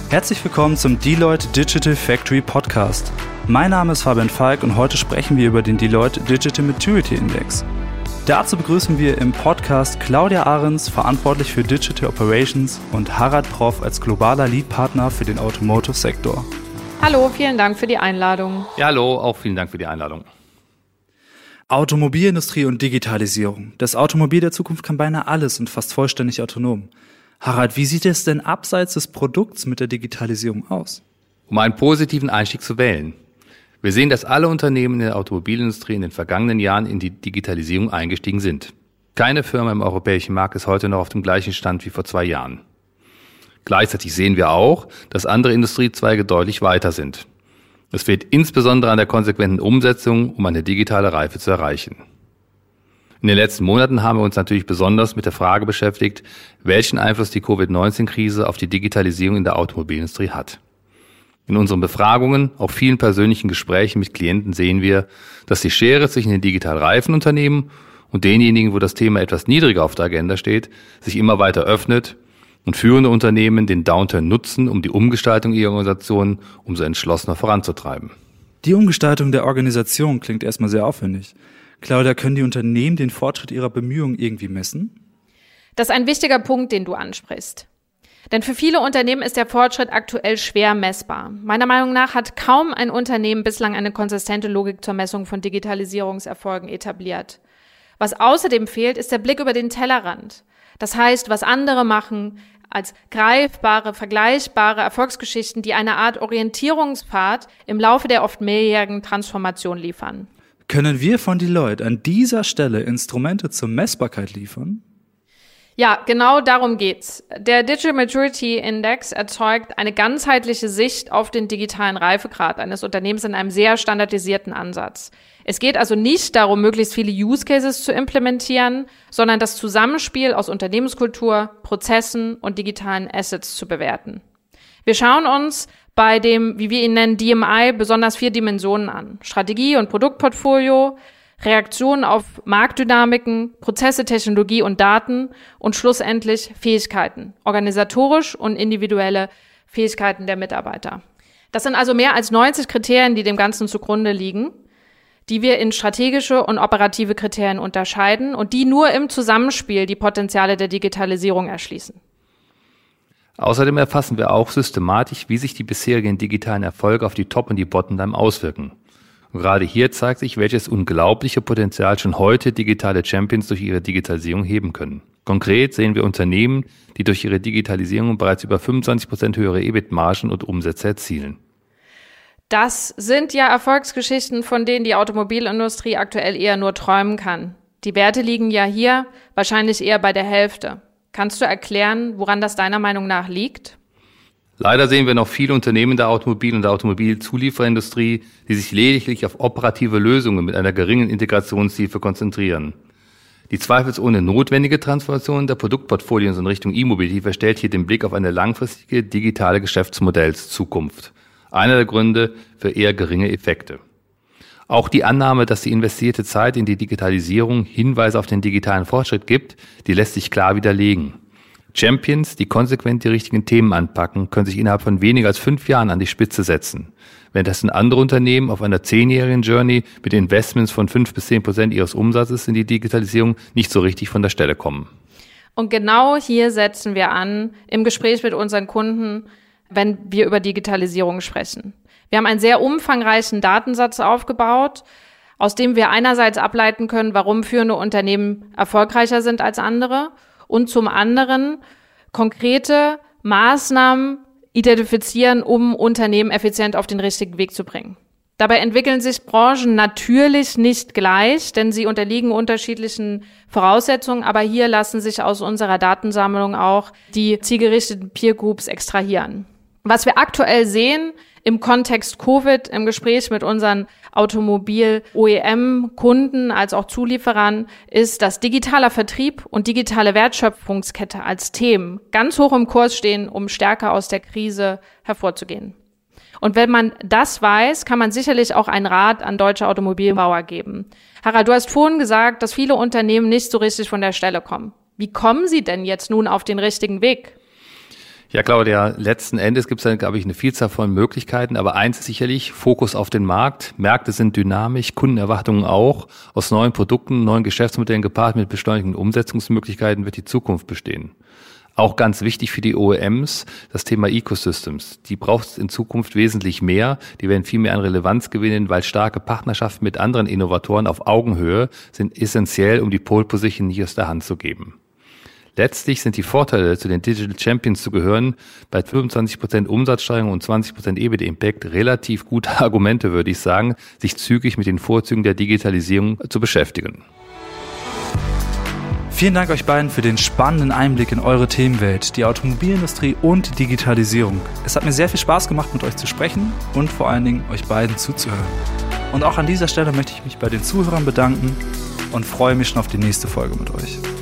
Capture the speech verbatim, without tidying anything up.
Herzlich willkommen zum Deloitte Digital Factory Podcast. Mein Name ist Fabian Falk und heute sprechen wir über den Deloitte Digital Maturity Index. Dazu begrüßen wir im Podcast Claudia Ahrens, verantwortlich für Digital Operations, und Harald Proff als globaler Leadpartner für den Automotive-Sektor. Hallo, vielen Dank für die Einladung. Ja, hallo, auch vielen Dank für die Einladung. Automobilindustrie und Digitalisierung. Das Automobil der Zukunft kann beinahe alles und fast vollständig autonom. Harald, wie sieht es denn abseits des Produkts mit der Digitalisierung aus? Um einen positiven Einstieg zu wählen. Wir sehen, dass alle Unternehmen in der Automobilindustrie in den vergangenen Jahren in die Digitalisierung eingestiegen sind. Keine Firma im europäischen Markt ist heute noch auf dem gleichen Stand wie vor zwei Jahren. Gleichzeitig sehen wir auch, dass andere Industriezweige deutlich weiter sind. Es fehlt insbesondere an der konsequenten Umsetzung, um eine digitale Reife zu erreichen. In den letzten Monaten haben wir uns natürlich besonders mit der Frage beschäftigt, welchen Einfluss die Covid neunzehn Krise auf die Digitalisierung in der Automobilindustrie hat. In unseren Befragungen, auch vielen persönlichen Gesprächen mit Klienten sehen wir, dass die Schere zwischen den digital reifen Unternehmen und denjenigen, wo das Thema etwas niedriger auf der Agenda steht, sich immer weiter öffnet und führende Unternehmen den Downturn nutzen, um die Umgestaltung ihrer Organisation umso entschlossener voranzutreiben. Die Umgestaltung der Organisation klingt erstmal sehr aufwendig. Claudia, können die Unternehmen den Fortschritt ihrer Bemühungen irgendwie messen? Das ist ein wichtiger Punkt, den du ansprichst. Denn für viele Unternehmen ist der Fortschritt aktuell schwer messbar. Meiner Meinung nach hat kaum ein Unternehmen bislang eine konsistente Logik zur Messung von Digitalisierungserfolgen etabliert. Was außerdem fehlt, ist der Blick über den Tellerrand. Das heißt, was andere machen, als greifbare, vergleichbare Erfolgsgeschichten, die eine Art Orientierungspfad im Laufe der oft mehrjährigen Transformation liefern. Können wir von Deloitte an dieser Stelle Instrumente zur Messbarkeit liefern? Ja, genau darum geht's. Der Digital Maturity Index erzeugt eine ganzheitliche Sicht auf den digitalen Reifegrad eines Unternehmens in einem sehr standardisierten Ansatz. Es geht also nicht darum, möglichst viele Use Cases zu implementieren, sondern das Zusammenspiel aus Unternehmenskultur, Prozessen und digitalen Assets zu bewerten. Wir schauen uns bei dem, wie wir ihn nennen, D M I, besonders vier Dimensionen an. Strategie und Produktportfolio, Reaktionen auf Marktdynamiken, Prozesse, Technologie und Daten und schlussendlich Fähigkeiten, organisatorisch und individuelle Fähigkeiten der Mitarbeiter. Das sind also mehr als neunzig Kriterien, die dem Ganzen zugrunde liegen, die wir in strategische und operative Kriterien unterscheiden und die nur im Zusammenspiel die Potenziale der Digitalisierung erschließen. Außerdem erfassen wir auch systematisch, wie sich die bisherigen digitalen Erfolge auf die Top- und die Bottomline auswirken. Und gerade hier zeigt sich, welches unglaubliche Potenzial schon heute digitale Champions durch ihre Digitalisierung heben können. Konkret sehen wir Unternehmen, die durch ihre Digitalisierung bereits über fünfundzwanzig Prozent höhere E B I T-Margen und Umsätze erzielen. Das sind ja Erfolgsgeschichten, von denen die Automobilindustrie aktuell eher nur träumen kann. Die Werte liegen ja hier wahrscheinlich eher bei der Hälfte. Kannst du erklären, woran das deiner Meinung nach liegt? Leider sehen wir noch viele Unternehmen der Automobil- und der Automobilzulieferindustrie, die sich lediglich auf operative Lösungen mit einer geringen Integrationstiefe konzentrieren. Die zweifelsohne notwendige Transformation der Produktportfolios in Richtung E-Mobility verstellt hier den Blick auf eine langfristige digitale Geschäftsmodells-Zukunft. Einer der Gründe für eher geringe Effekte. Auch die Annahme, dass die investierte Zeit in die Digitalisierung Hinweise auf den digitalen Fortschritt gibt, die lässt sich klar widerlegen. Champions, die konsequent die richtigen Themen anpacken, können sich innerhalb von weniger als fünf Jahren an die Spitze setzen. Währenddessen andere Unternehmen auf einer zehnjährigen Journey mit Investments von fünf bis zehn Prozent ihres Umsatzes in die Digitalisierung nicht so richtig von der Stelle kommen. Und genau hier setzen wir an, im Gespräch mit unseren Kunden, wenn wir über Digitalisierung sprechen. Wir haben einen sehr umfangreichen Datensatz aufgebaut, aus dem wir einerseits ableiten können, warum führende Unternehmen erfolgreicher sind als andere und zum anderen konkrete Maßnahmen identifizieren, um Unternehmen effizient auf den richtigen Weg zu bringen. Dabei entwickeln sich Branchen natürlich nicht gleich, denn sie unterliegen unterschiedlichen Voraussetzungen, aber hier lassen sich aus unserer Datensammlung auch die zielgerichteten Peer Groups extrahieren. Was wir aktuell sehen im Kontext Covid, im Gespräch mit unseren Automobil-O E M-Kunden als auch Zulieferern, ist, dass digitaler Vertrieb und digitale Wertschöpfungskette als Themen ganz hoch im Kurs stehen, um stärker aus der Krise hervorzugehen. Und wenn man das weiß, kann man sicherlich auch einen Rat an deutsche Automobilbauer geben. Harald, du hast vorhin gesagt, dass viele Unternehmen nicht so richtig von der Stelle kommen. Wie kommen sie denn jetzt nun auf den richtigen Weg? Ja, Claudia, letzten Endes gibt es dann, glaube ich, eine Vielzahl von Möglichkeiten, aber eins ist sicherlich Fokus auf den Markt. Märkte sind dynamisch, Kundenerwartungen auch. Aus neuen Produkten, neuen Geschäftsmodellen gepaart mit beschleunigten Umsetzungsmöglichkeiten wird die Zukunft bestehen. Auch ganz wichtig für die O E Ms, das Thema Ecosystems. Die braucht es in Zukunft wesentlich mehr. Die werden viel mehr an Relevanz gewinnen, weil starke Partnerschaften mit anderen Innovatoren auf Augenhöhe sind essentiell, um die Pole Position nicht aus der Hand zu geben. Letztlich sind die Vorteile, zu den Digital Champions zu gehören, bei fünfundzwanzig Prozent Umsatzsteigerung und zwanzig Prozent E B I T-Impact relativ gute Argumente, würde ich sagen, sich zügig mit den Vorzügen der Digitalisierung zu beschäftigen. Vielen Dank euch beiden für den spannenden Einblick in eure Themenwelt, die Automobilindustrie und Digitalisierung. Es hat mir sehr viel Spaß gemacht, mit euch zu sprechen und vor allen Dingen euch beiden zuzuhören. Und auch an dieser Stelle möchte ich mich bei den Zuhörern bedanken und freue mich schon auf die nächste Folge mit euch.